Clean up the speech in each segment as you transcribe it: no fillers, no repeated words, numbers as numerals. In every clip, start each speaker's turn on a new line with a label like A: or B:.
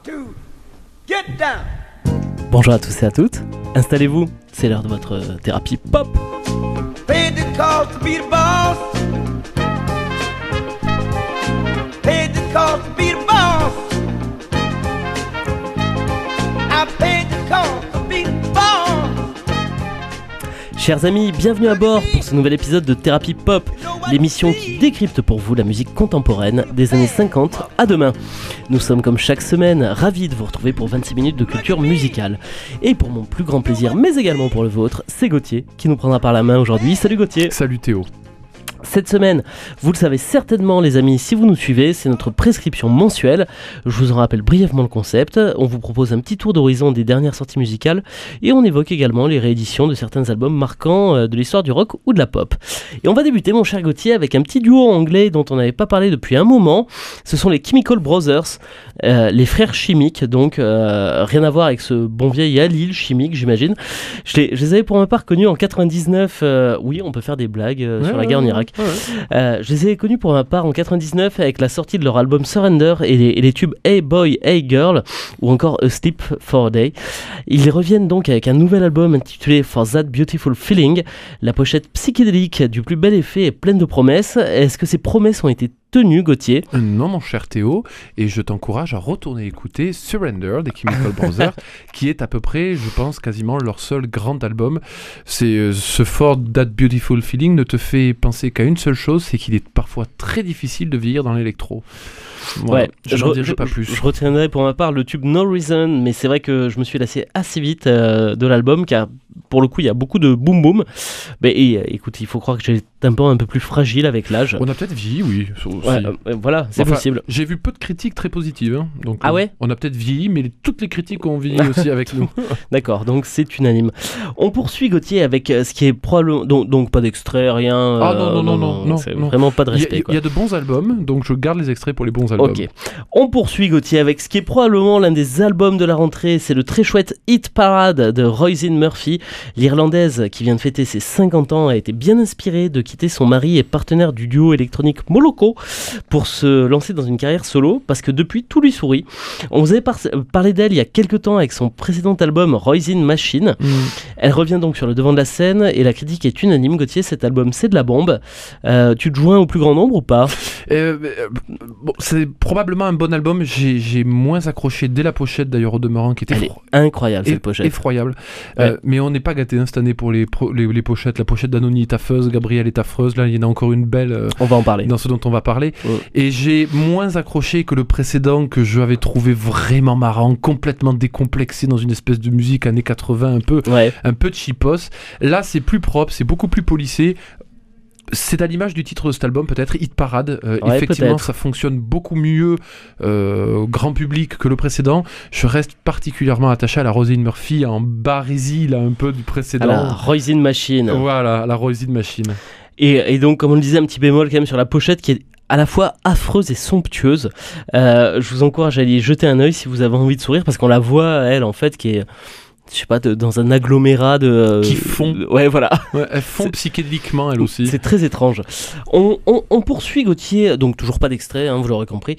A: two, get down.
B: Bonjour à tous et à toutes, installez-vous, c'est l'heure de votre thérapie pop.
A: Paid the cost to be the boss. Paid the cost to be the boss. I paid the cost to be the boss.
B: Chers amis, bienvenue à bord pour ce nouvel épisode de Thérapie Pop, l'émission qui décrypte pour vous la musique contemporaine des années 50 à demain. Nous sommes comme chaque semaine ravis de vous retrouver pour 26 minutes de culture musicale. Et pour mon plus grand plaisir, mais également pour le vôtre, c'est Gauthier qui nous prendra par la main aujourd'hui. Salut Gauthier.
C: Salut Théo.
B: Cette semaine, vous le savez certainement les amis, si vous nous suivez, c'est notre prescription mensuelle. Je vous en rappelle brièvement le concept. On vous propose un petit tour d'horizon des dernières sorties musicales et on évoque également les rééditions de certains albums marquants de l'histoire du rock ou de la pop. Et on va débuter mon cher Gauthier avec un petit duo anglais dont on n'avait pas parlé depuis un moment. Ce sont les Chemical Brothers, les frères chimiques, donc rien à voir avec ce bon vieil Halil chimique j'imagine. Je les avais pour ma part connus en 99, oui on peut faire des blagues sur la guerre en Irak. Je les ai connus pour ma part en 99 avec la sortie de leur album Surrender et les tubes Hey Boy, Hey Girl ou encore A Sleep for a Day. Ils reviennent donc avec un nouvel album intitulé For That Beautiful Feeling. La pochette psychédélique du plus bel effet est pleine de promesses. Est-ce que ces promesses ont été tenues, Gauthier ?
C: Non mon cher Théo, et je t'encourage à retourner écouter Surrender des Chemical Brothers qui est à peu près, je pense, quasiment leur seul grand album. C'est ce For That Beautiful Feeling ne te fait penser qu'à une seule chose, c'est qu'il est parfois très difficile de vieillir dans l'électro. Voilà,
B: ouais,
C: je n'en dirai pas plus.
B: Je retiendrai pour ma part le tube No Reason, mais c'est vrai que je me suis lassé assez vite de l'album car pour le coup il y a beaucoup de boom boom. Mais écoute, il faut croire que j'ai le tympan un peu plus fragile avec l'âge.
C: On a peut-être vieilli, oui.
B: Ouais, voilà, c'est possible.
C: J'ai vu peu de critiques très positives. Hein, donc,
B: ah ouais.
C: On a peut-être vieilli, mais toutes les critiques ont vieilli aussi avec nous.
B: D'accord, donc c'est unanime. On poursuit Gauthier avec ce qui est probablement... Donc pas d'extrait, rien.
C: Ah non.
B: C'est vraiment pas de respect.
C: Il y a de bons albums, donc je garde les extraits pour les bons albums.
B: Ok. On poursuit Gauthier avec ce qui est probablement l'un des albums de la rentrée. C'est le très chouette Hit Parade de Roisin Murphy. L'Irlandaise qui vient de fêter ses 50 ans a été bien inspirée de quitter son mari et partenaire du duo électronique Moloko pour se lancer dans une carrière solo parce que depuis tout lui sourit. On vous avait parlé d'elle il y a quelques temps avec son précédent album Roisin Machine. Elle revient donc sur le devant de la scène et la critique est unanime. Gauthier, cet album c'est de la bombe. Tu te joins au plus grand nombre ou pas ?
C: Bon, c'est probablement un bon album. J'ai moins accroché dès la pochette d'ailleurs au demeurant qui était
B: incroyable cette pochette.
C: Effroyable.
B: Ouais.
C: Mais on n'est pas gâtés cette année pour les pochettes. La pochette d'Anony est affreuse, Gabrielle est affreuse. Là il y en a encore une belle.
B: On va en parler.
C: Dans ce dont on va parler. Et j'ai moins accroché que le précédent que je avais trouvé vraiment marrant, complètement décomplexé dans une espèce de musique années 80 un peu cheapos. Là c'est plus propre, c'est beaucoup plus polissé. C'est à l'image du titre de cet album, peut-être, Hit Parade. Effectivement, ça fonctionne beaucoup mieux grand public que le précédent. Je reste particulièrement attaché à la Roisin Murphy, en barésie, là, un peu du précédent.
B: À la Roisin Machine.
C: Voilà, la Roisin Machine.
B: Et donc, comme on le disait, un petit bémol quand même sur la pochette qui est à la fois affreuse et somptueuse. Je vous encourage à y jeter un œil si vous avez envie de sourire, parce qu'on la voit, elle, en fait, qui est... je sais pas, dans un agglomérat de...
C: qui fond.
B: Ouais, voilà.
C: Ouais, elles font psychédéliquement, elles aussi.
B: C'est très étrange. On poursuit Gauthier, donc toujours pas d'extrait, hein, vous l'aurez compris.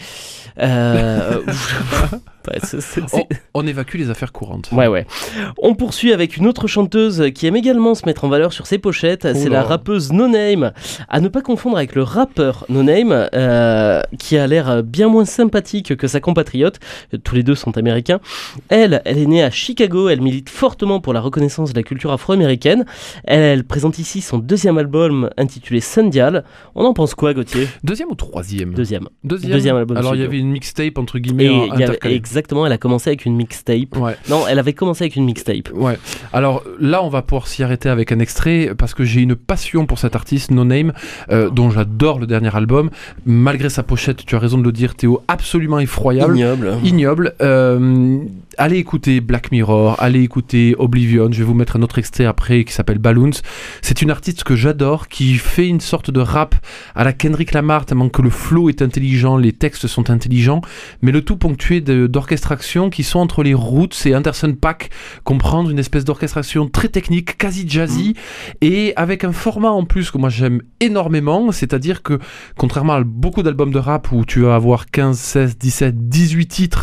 C: On évacue les affaires courantes.
B: Ouais. On poursuit avec une autre chanteuse qui aime également se mettre en valeur sur ses pochettes. C'est la rappeuse No Name. À ne pas confondre avec le rappeur No Name, qui a l'air bien moins sympathique que sa compatriote. Tous les deux sont américains. Elle est née à Chicago. Elle milite fortement pour la reconnaissance de la culture afro-américaine. Elle présente ici son deuxième album intitulé Sundial. On en pense quoi, Gauthier ?
C: Deuxième ou troisième ?
B: Deuxième
C: Alors
B: album studio.
C: il y avait une mixtape entre guillemets intercalée.
B: Exactement, elle a commencé avec une mixtape.
C: Ouais.
B: Non, elle avait commencé avec une mixtape.
C: Ouais. Alors là, on va pouvoir s'y arrêter avec un extrait parce que j'ai une passion pour cet artiste No Name, dont j'adore le dernier album. Malgré sa pochette, tu as raison de le dire, Théo, absolument effroyable. Ignoble. Allez écouter Black Mirror, allez écouter Oblivion. Je vais vous mettre un autre extrait après qui s'appelle Balloons. C'est une artiste que j'adore, qui fait une sorte de rap à la Kendrick Lamar, tellement que le flow est intelligent, les textes sont intelligents, mais le tout ponctué d'orchestrations qui sont entre les Roots et Anderson .Paak, comprendre une espèce d'orchestration très technique, quasi jazzy, et avec un format en plus que moi j'aime énormément, c'est-à-dire que contrairement à beaucoup d'albums de rap où tu vas avoir 15, 16, 17, 18 titres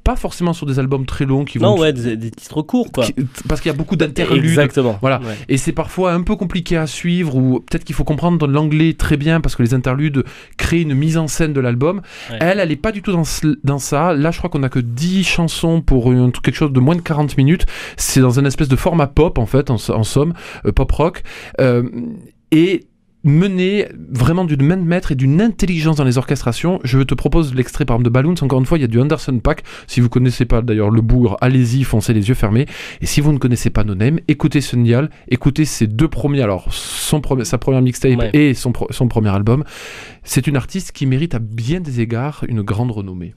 C: pas forcément sur des albums très longs qui vont...
B: Non, ouais, des titres courts, quoi.
C: Parce qu'il y a beaucoup d'interludes.
B: Exactement.
C: Voilà.
B: Ouais.
C: Et c'est parfois un peu compliqué à suivre, ou peut-être qu'il faut comprendre l'anglais très bien, parce que les interludes créent une mise en scène de l'album. Ouais. Elle est pas du tout dans ça. Là, je crois qu'on a que 10 chansons pour quelque chose de moins de 40 minutes. C'est dans un espèce de format pop, en fait, en somme, pop rock. Et mené vraiment d'une main de maître et d'une intelligence dans les orchestrations. Je te propose l'extrait par exemple de Balloons. Encore une fois, il y a du Anderson .Paak. Si vous connaissez pas d'ailleurs le bougre, allez-y, foncez les yeux fermés. Et si vous ne connaissez pas No Name, écoutez Sun Dial, écoutez ses deux premiers, alors sa première mixtape et son premier album. C'est une artiste qui mérite à bien des égards une grande renommée.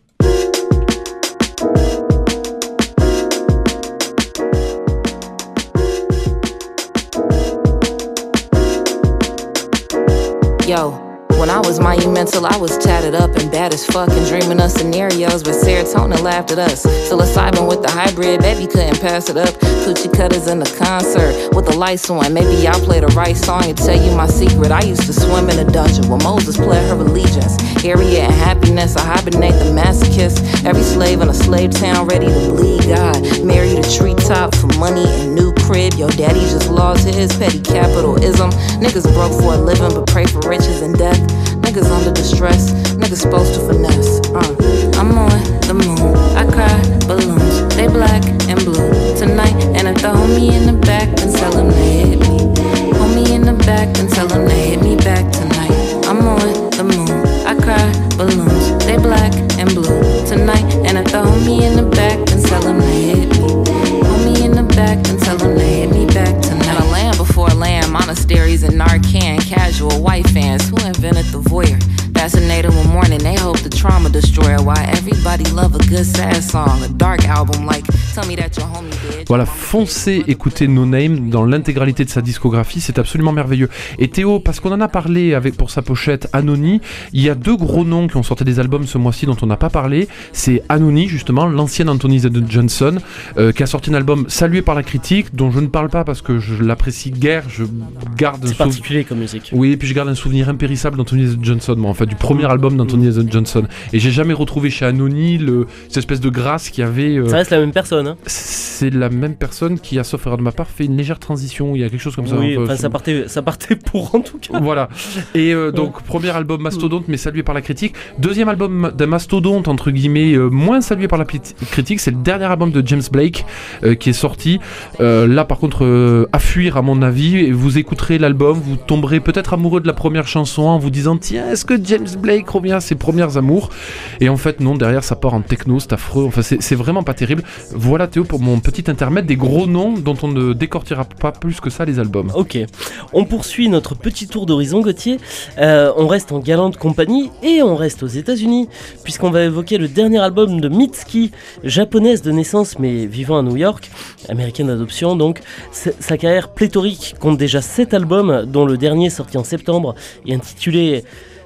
D: Yo, when I was monumental, I was tatted up and bad as fuck and dreaming of scenarios where serotonin laughed at us. Psilocybin with the hybrid, baby couldn't pass it up. Coochie cutters in the concert with the lights on. Maybe I'll play the right song and tell you my secret. I used to swim in a dungeon where Moses pled her allegiance. Harriet and happiness, I hibernate the masochist. Every slave in a slave town ready to bleed God. Married a treetop for money and new crib. Your daddy just lost his petty capitalism. Niggas broke for a living but pray for riches and death. Niggas under distress, niggas supposed to finesse. I'm on the moon, I cry balloons. They black and blue tonight. And if the homie in the back, then tell him to hit me. Homie in the back, then tell him to hit me back tonight. I'm on the moon, I cry balloons. They black and blue tonight. And if the homie in the back, then tell him to hit me. Homie in the back, then tell him to hit me back tonight. And a land before land, monasteries and Narcan. Casual white fans, who invented the voyeur? Fascinated one morning, they hope the trauma destroyer. Why everybody love a good sad song, a dark album like Tell Me That Your Homie Did.
C: Voilà, foncez écouter No Name dans l'intégralité de sa discographie, c'est absolument merveilleux. Et Théo, parce qu'on en a parlé pour sa pochette Anony, il y a deux gros noms qui ont sorti des albums ce mois-ci dont on n'a pas parlé. C'est Anony, justement, l'ancienne Anthony Z. Johnson, qui a sorti un album salué par la critique, dont je ne parle pas parce que je l'apprécie guère, je garde...
B: C'est particulier comme musique.
C: Oui, et puis je garde un souvenir impérissable d'Anthony Z. Johnson, moi, en fait, du premier album d'Anthony Z. Johnson. Et j'ai jamais retrouvé chez Anony cette espèce de grâce qui avait...
B: Ça reste la même personne, hein.
C: C'est la même personne qui a, sauf erreur de ma part, fait une légère transition. Il y a quelque chose comme ça.
B: Oui, enfin, ça partait pour en tout cas.
C: Voilà. Et donc, premier album mastodonte, mais salué par la critique. Deuxième album d'un mastodonte, entre guillemets, moins salué par la critique, c'est le dernier album de James Blake qui est sorti. Là, par contre, à fuir, à mon avis. Vous écouterez l'album, vous tomberez peut-être amoureux de la première chanson en vous disant, tiens, est-ce que James Blake revient à ses premières amours? Et en fait, non, derrière, ça part en techno, c'est affreux. Enfin, c'est vraiment pas terrible. Voilà, Théo, pour mon petit intermède des gros noms dont on ne décortira pas plus que ça les albums.
B: Ok, on poursuit notre petit tour d'horizon, Gauthier. On reste en galante compagnie et on reste aux États-Unis, puisqu'on va évoquer le dernier album de Mitski, japonaise de naissance mais vivant à New York, américaine d'adoption donc. Sa carrière pléthorique compte déjà 7 albums, dont le dernier sorti en septembre et intitulé...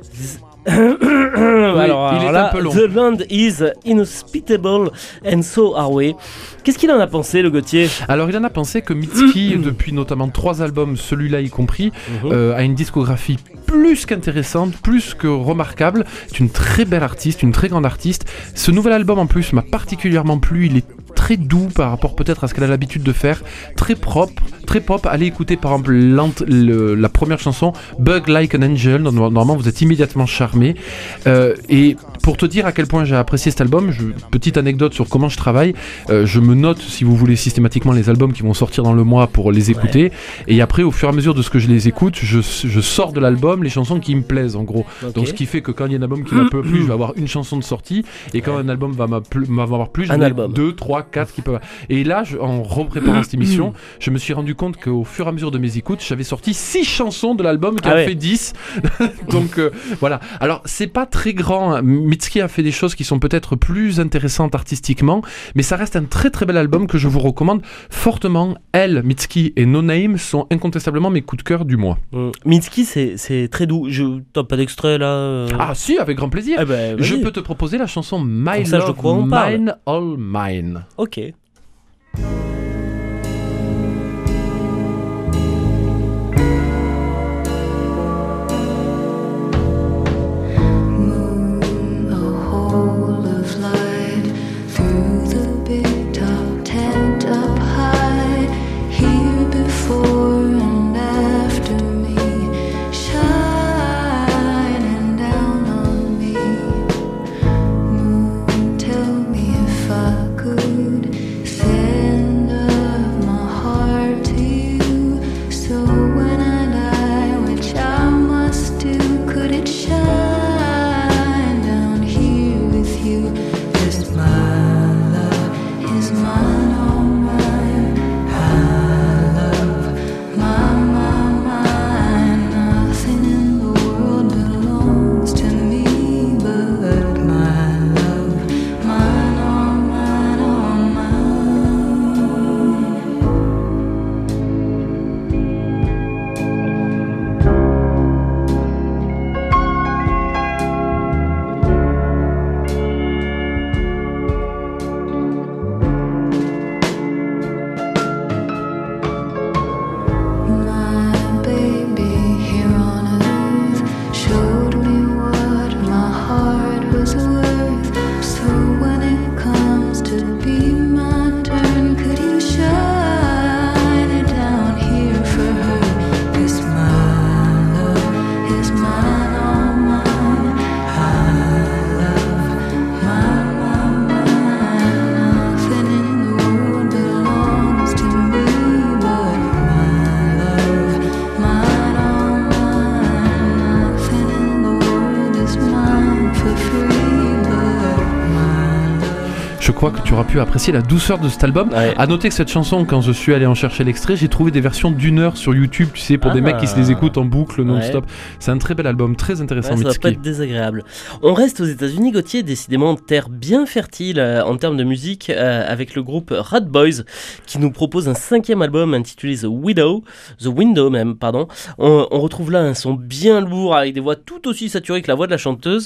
B: alors là, un peu long. The land is inhospitable and so are we. Qu'est-ce qu'il en a pensé, le Gauthier?
C: Alors il en a pensé que Mitski, depuis notamment 3 albums, celui-là y compris, a une discographie plus qu'intéressante, plus que remarquable. C'est une très belle artiste, une très grande artiste. Ce nouvel album en plus m'a particulièrement plu. Il est très doux par rapport peut-être à ce qu'elle a l'habitude de faire, très propre, très pop. Allez écouter par exemple la première chanson, Bug Like an Angel, dont normalement vous êtes immédiatement charmé. Et pour te dire à quel point j'ai apprécié cet album, petite anecdote sur comment je travaille, je me note, si vous voulez, systématiquement les albums qui vont sortir dans le mois pour les écouter, et après au fur et à mesure de ce que je les écoute, je sors de l'album les chansons qui me plaisent en gros. Okay. Donc ce qui fait que quand il y a un album qui m'a plu, je vais avoir une chanson de sortie, et quand un album va m'avoir plu, je vais avoir 2, 3, 4 qui peuvent... Et là, en repréparant cette émission, je me suis rendu compte qu'au fur et à mesure de mes écoutes, j'avais sorti 6 chansons de l'album qui en fait 10. Donc voilà. Alors c'est pas très grand, Mitski a fait des choses qui sont peut-être plus intéressantes artistiquement, mais ça reste un très très bel album que je vous recommande fortement. Elle, Mitski et No Name sont incontestablement mes coups de cœur du mois.
B: Mitski, c'est très doux. T'as pas d'extrait là
C: Ah si, avec grand plaisir.
B: Eh ben,
C: je peux te proposer la chanson My Love, Mine, All Mine.
B: Ok.
E: Through
C: Je crois que tu auras pu apprécier la douceur de cet album.
B: Ouais.
C: À noter que cette chanson, quand je suis allé en chercher l'extrait, j'ai trouvé des versions d'1 heure sur YouTube, tu sais, pour des mecs qui se les écoutent en boucle non-stop. C'est un très bel album, très intéressant.
B: Ça va pas être désagréable. On reste aux États-Unis, Gauthier, décidément terre bien fertile en termes de musique, avec le groupe Rat Boys qui nous propose un 5e album intitulé The Window même, pardon. On retrouve là un son bien lourd avec des voix tout aussi saturées que la voix de la chanteuse.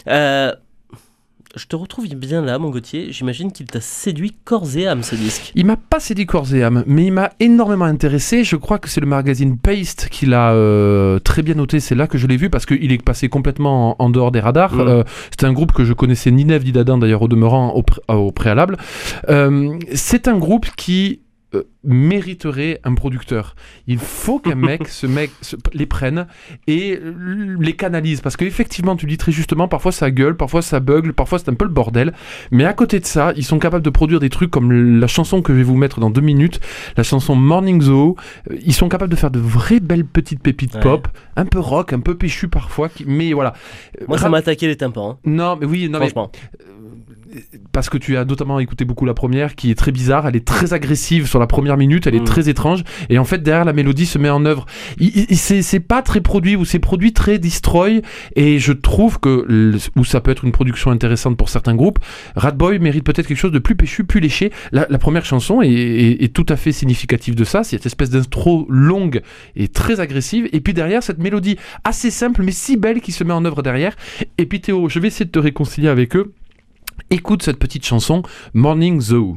B: Je te retrouve bien là, mon Gauthier. J'imagine qu'il t'a séduit corps et âme, ce disque.
C: Il m'a pas séduit corps et âme, mais il m'a énormément intéressé. Je crois que c'est le magazine Paste qui l'a très bien noté. C'est là que je l'ai vu parce qu'il est passé complètement en dehors des radars. C'est un groupe que je connaissais ni Neve ni d'Adam d'ailleurs au demeurant au préalable. C'est un groupe qui mériterait un producteur. Il faut qu'un mec les prenne et les canalise, parce qu'effectivement tu dis très justement, parfois ça gueule, parfois ça bugle, parfois c'est un peu le bordel, mais à côté de ça ils sont capables de produire des trucs comme la chanson que je vais vous mettre dans 2 minutes, la chanson Morning Zoo. Ils sont capables de faire de vraies belles petites pépites pop, un peu rock, un peu péchu parfois, mais voilà.
B: Moi ça m'a attaqué les tympans, hein.
C: Non mais oui, non,
B: franchement
C: parce que tu as notamment écouté beaucoup la première, qui est très bizarre, elle est très agressive sur la première minute, elle est très étrange, et en fait derrière la mélodie se met en œuvre. C'est pas très produit, ou c'est produit très destroy, et je trouve que où ça peut être une production intéressante pour certains groupes, Ratboy mérite peut-être quelque chose de plus péchu, plus léché. La première chanson est tout à fait significative de ça, c'est cette espèce d'intro longue et très agressive, et puis derrière cette mélodie assez simple mais si belle qui se met en œuvre derrière. Et puis Théo, je vais essayer de te réconcilier avec eux. Écoute cette petite chanson, Morning Zoo.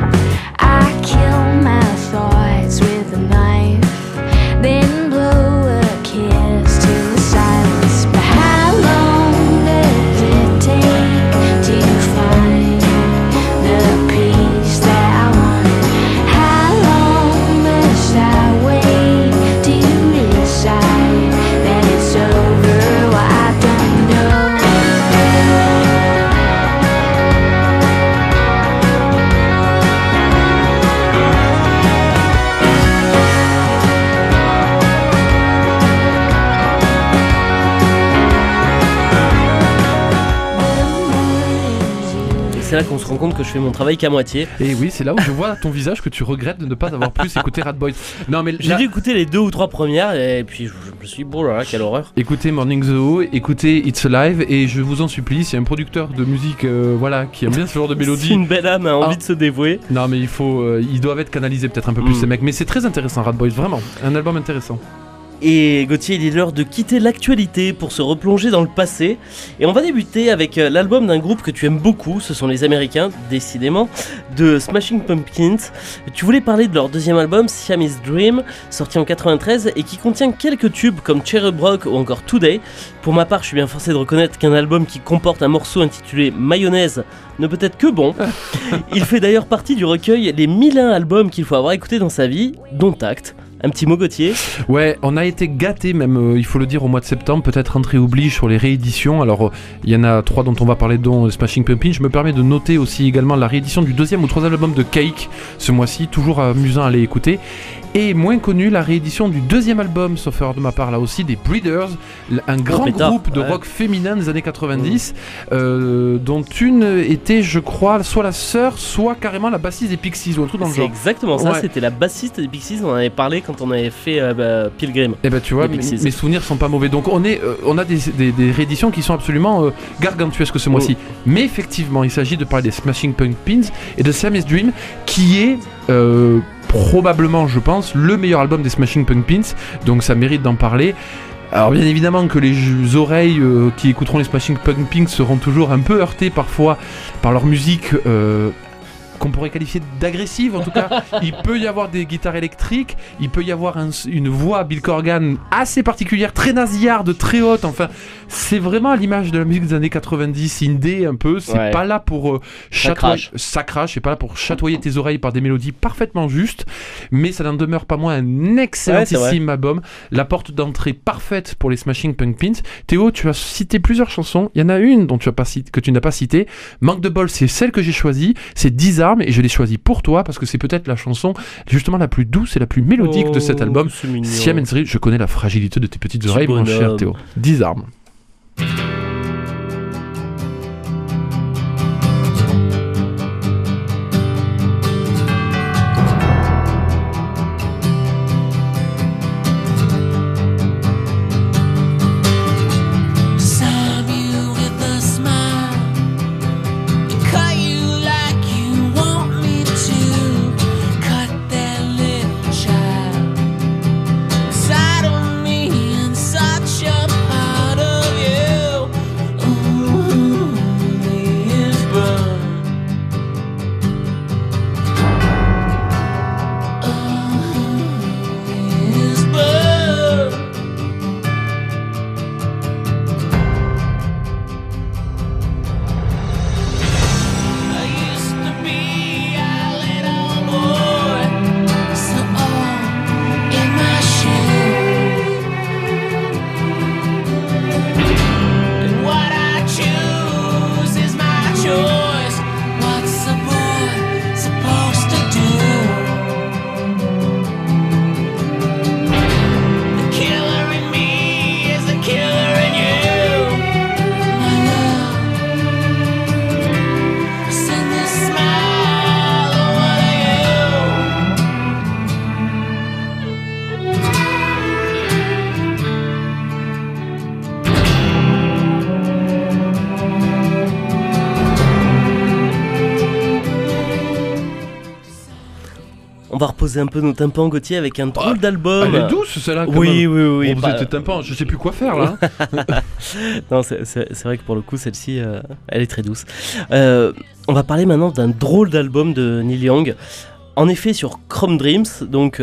E: Then blow
B: c'est là qu'on se rend compte que je fais mon travail qu'à moitié.
C: Et oui, c'est là où je vois à ton visage que tu regrettes de ne pas avoir plus écouté Ratboys. Non, mais
B: j'ai dû écouter les 2 ou 3 premières et puis je me suis dit, bon là, quelle horreur.
C: Écoutez Morning Zoo, écoutez It's Alive, et je vous en supplie, si un producteur de musique qui aime bien ce genre de mélodie,
B: si une belle âme a envie de se dévouer.
C: Non, mais ils doivent être canalisés peut-être un peu plus ces mecs, mais c'est très intéressant Ratboys, vraiment, un album intéressant.
B: Et Gauthier, il est l'heure de quitter l'actualité pour se replonger dans le passé. Et on va débuter avec l'album d'un groupe que tu aimes beaucoup, ce sont les Américains, décidément, de Smashing Pumpkins. Tu voulais parler de leur deuxième album, Siamese Dream, sorti en 93 et qui contient quelques tubes comme Cherub Rock ou encore Today. Pour ma part, je suis bien forcé de reconnaître qu'un album qui comporte un morceau intitulé Mayonnaise ne peut être que bon. Il fait d'ailleurs partie du recueil Les 1001 albums qu'il faut avoir écouté dans sa vie, dont Acte. Un petit mot Gauthier.
C: Ouais, on a été gâtés même, il faut le dire, au mois de septembre, peut-être entrée oblige sur les rééditions. Alors il y en a 3 dont on va parler, dont Smashing Pumpkins. Je me permets de noter aussi également la réédition du 2e ou 3e album de Cake ce mois-ci, toujours amusant à aller écouter. Et moins connu, la réédition du 2e album, sauf erreur de ma part là aussi, des Breeders, un grand groupe de rock féminin des années 90, dont une était, je crois, soit la sœur, soit carrément la bassiste des Pixies ou un truc dans le genre.
B: C'est exactement ça, c'était la bassiste des Pixies, on en avait parlé quand on avait fait Pilgrim.
C: Et bah tu vois, mes souvenirs sont pas mauvais, donc on a des rééditions qui sont absolument gargantuesques ce mois-ci. Mais effectivement, il s'agit de parler des Smashing Pumpkins et de Siamese Dream, qui est... probablement, je pense, le meilleur album des Smashing Pumpkins, donc ça mérite d'en parler. Alors bien évidemment que les oreilles qui écouteront les Smashing Pumpkins seront toujours un peu heurtées parfois par leur musique qu'on pourrait qualifier d'agressive. En tout cas, il peut y avoir des guitares électriques, il peut y avoir une voix Bill Corgan assez particulière, très nasillarde, très haute. Enfin, c'est vraiment à l'image de la musique des années 90, indé un peu. C'est pas là pour chatouiller, ça crache, c'est pas là pour chatouiller tes oreilles par des mélodies parfaitement justes, mais ça n'en demeure pas moins un excellentissime album. La porte d'entrée parfaite pour les Smashing Pumpkins. Théo, tu as cité plusieurs chansons. Il y en a une dont que tu n'as pas citée. Manque de bol, c'est celle que j'ai choisie. C'est 10 et je l'ai choisi pour toi parce que c'est peut-être la chanson justement la plus douce et la plus mélodique de cet album. Siamese Dream. Je connais la fragilité de tes petites oreilles, mon cher Théo. 10 armes.
B: On va reposer un peu nos tympans, Gauthier, avec un drôle d'album.
C: Elle est douce celle-là quand
B: oui,
C: même.
B: Oui.
C: Vous êtes tympans, je sais plus quoi faire là.
B: Non, c'est vrai que pour le coup, celle-ci, elle est très douce. On va parler maintenant d'un drôle d'album de Neil Young. En effet, sur Chrome Dreams, donc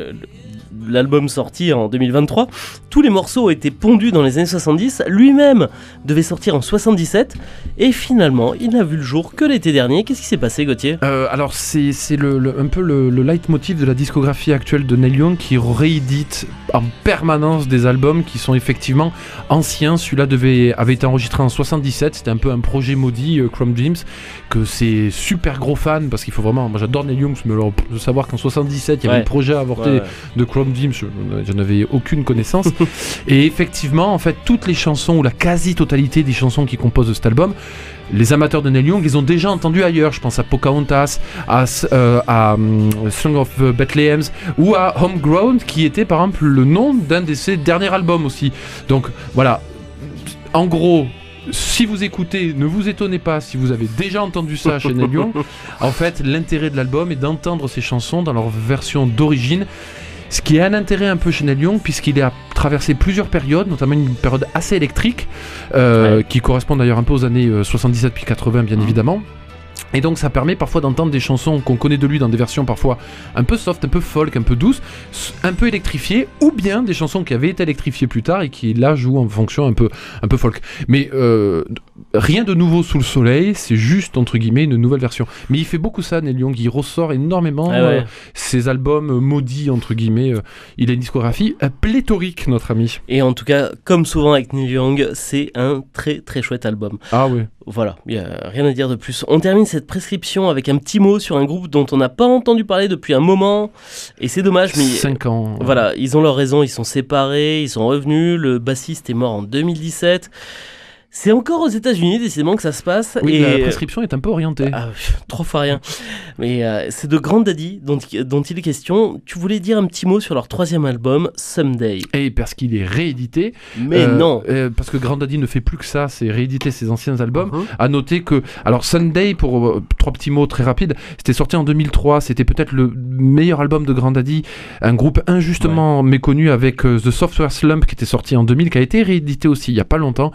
B: l'album sorti en 2023, tous les morceaux ont été pondus dans les années 70. Lui-même devait sortir en 77 et finalement, il n'a vu le jour que l'été dernier. Qu'est-ce qui s'est passé, Gauthier ?
C: Alors c'est un peu le leitmotiv de la discographie actuelle de Neil Young, qui réédite en permanence des albums qui sont effectivement anciens. Celui-là avait été enregistré en 77, c'était un peu un projet maudit, Chrome Dreams, que c'est super gros fan, parce qu'il faut vraiment, moi j'adore Neil Young, mais alors, de savoir qu'en 77 il y avait un projet avorté de Chrome Dim, j'en avais aucune connaissance. Et effectivement, en fait, toutes les chansons, ou la quasi-totalité des chansons qui composent cet album, les amateurs de Neil Young les ont déjà entendus ailleurs. Je pense à Pocahontas, à Song of Bethlehem ou à Homegrown, qui était par exemple le nom d'un de ses derniers albums aussi. Donc voilà, en gros, si vous écoutez, ne vous étonnez pas si vous avez déjà entendu ça chez Neil Young. En fait, l'intérêt de l'album est d'entendre ces chansons dans leur version d'origine. Ce qui est un intérêt un peu chez Neil Young, puisqu'il a traversé plusieurs périodes, notamment une période assez électrique, qui correspond d'ailleurs un peu aux années 77 puis 80 bien évidemment. Et donc ça permet parfois d'entendre des chansons qu'on connaît de lui dans des versions parfois un peu soft, un peu folk, un peu douce, un peu électrifiées, ou bien des chansons qui avaient été électrifiées plus tard et qui là jouent en fonction un peu folk. Mais rien de nouveau sous le soleil, c'est juste entre guillemets une nouvelle version. Mais il fait beaucoup ça, Neil Young, il ressort énormément ses albums maudits entre guillemets. Il a une discographie pléthorique, notre ami.
B: Et en tout cas, comme souvent avec Neil Young, c'est un très très chouette album.
C: Ah oui.
B: Voilà, il n'y a rien à dire de plus. On termine cette prescription avec un petit mot sur un groupe dont on n'a pas entendu parler depuis un moment. Et c'est dommage, mais
C: 5 ans.
B: Voilà, ils ont leur raison, ils sont séparés, ils sont revenus. Le bassiste est mort en 2017. C'est encore aux États-Unis, décidément, que ça se passe.
C: Oui,
B: et
C: la prescription est un peu orientée.
B: Trois fois rien. Mais c'est de Grand Daddy dont il est question. Tu voulais dire un petit mot sur leur 3e album, Someday.
C: Et parce qu'il est réédité.
B: Mais non.
C: Parce que Grand Daddy ne fait plus que ça, c'est rééditer ses anciens albums. À noter que, alors Sunday, pour 3 petits mots très rapides, c'était sorti en 2003. C'était peut-être le meilleur album de Grand Daddy. Un groupe injustement méconnu avec The Software Slump qui était sorti en 2000, qui a été réédité aussi il n'y a pas longtemps.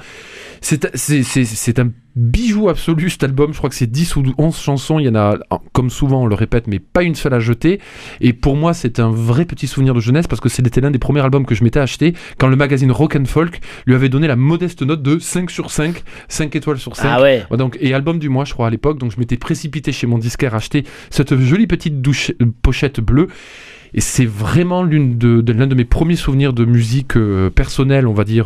C: C'est un bijou absolu cet album, je crois que c'est 10 ou 11 chansons, il y en a, comme souvent on le répète, mais pas une seule à jeter, et pour moi c'est un vrai petit souvenir de jeunesse, parce que c'était l'un des premiers albums que je m'étais acheté quand le magazine Rock and Folk lui avait donné la modeste note de 5 sur 5, 5 étoiles sur 5.
B: Ah ouais.
C: Donc, et album du mois je crois à l'époque, donc je m'étais précipité chez mon disquaire acheter cette jolie petite pochette bleue. Et c'est vraiment l'un de mes premiers souvenirs de musique personnelle, on va dire.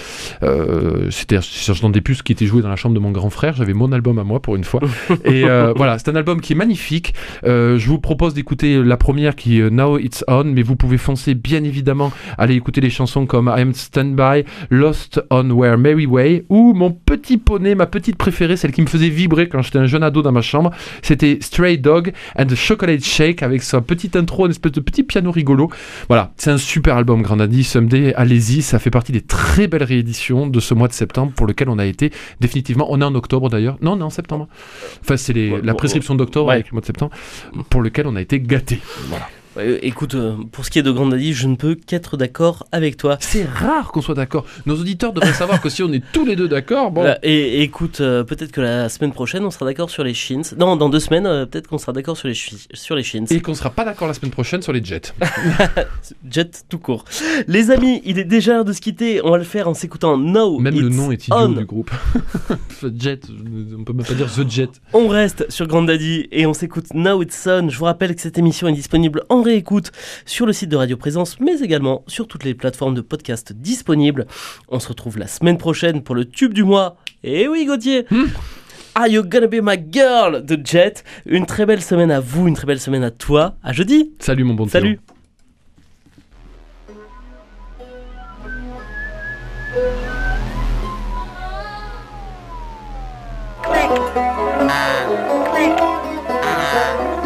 C: C'était Sergent des Puces qui était joué dans la chambre de mon grand frère. J'avais mon album à moi pour une fois. Et voilà, c'est un album qui est magnifique. Je vous propose d'écouter la première qui est Now It's On, mais vous pouvez foncer bien évidemment aller écouter les chansons comme I Am Standby, Lost on Where Merry Way, ou mon petit poney, ma petite préférée, celle qui me faisait vibrer quand j'étais un jeune ado dans ma chambre. C'était Stray Dog and the Chocolate Shake avec sa petite intro, une espèce de petit piano rigolo. Voilà, c'est un super album Grand Daddy, Someday, allez-y, ça fait partie des très belles rééditions de ce mois de septembre pour lequel on a été définitivement, on est en octobre d'ailleurs, non on est en septembre, enfin c'est la prescription d'octobre avec le mois de septembre, pour lequel on a été gâtés. Voilà.
B: Écoute, pour ce qui est de Grand Daddy, je ne peux qu'être d'accord avec toi.
C: C'est rare qu'on soit d'accord. Nos auditeurs devraient savoir que si on est tous les deux d'accord, bon.
B: Et écoute, peut-être que la semaine prochaine, on sera d'accord sur les Shins. Non, dans 2 semaines, peut-être qu'on sera d'accord sur les Shins.
C: Et qu'on sera pas d'accord la semaine prochaine sur les Jets.
B: Jet tout court. Les amis, il est déjà l'heure de se quitter. On va le faire en s'écoutant Now
C: Même
B: It's
C: le nom est idiot
B: On.
C: du groupe. Jet, on peut même pas dire The Jet.
B: On reste sur Grand Daddy et on s'écoute Now It's On. Je vous rappelle que cette émission est disponible en réécoute sur le site de Radio Présence, mais également sur toutes les plateformes de podcast disponibles. On se retrouve la semaine prochaine pour le tube du mois. Et oui, Gauthier, Are You Gonna Be My Girl de Jet. Une très belle semaine à vous, une très belle semaine à toi. À jeudi.
C: Salut mon bon
B: Salut.
C: Théo.
E: Click.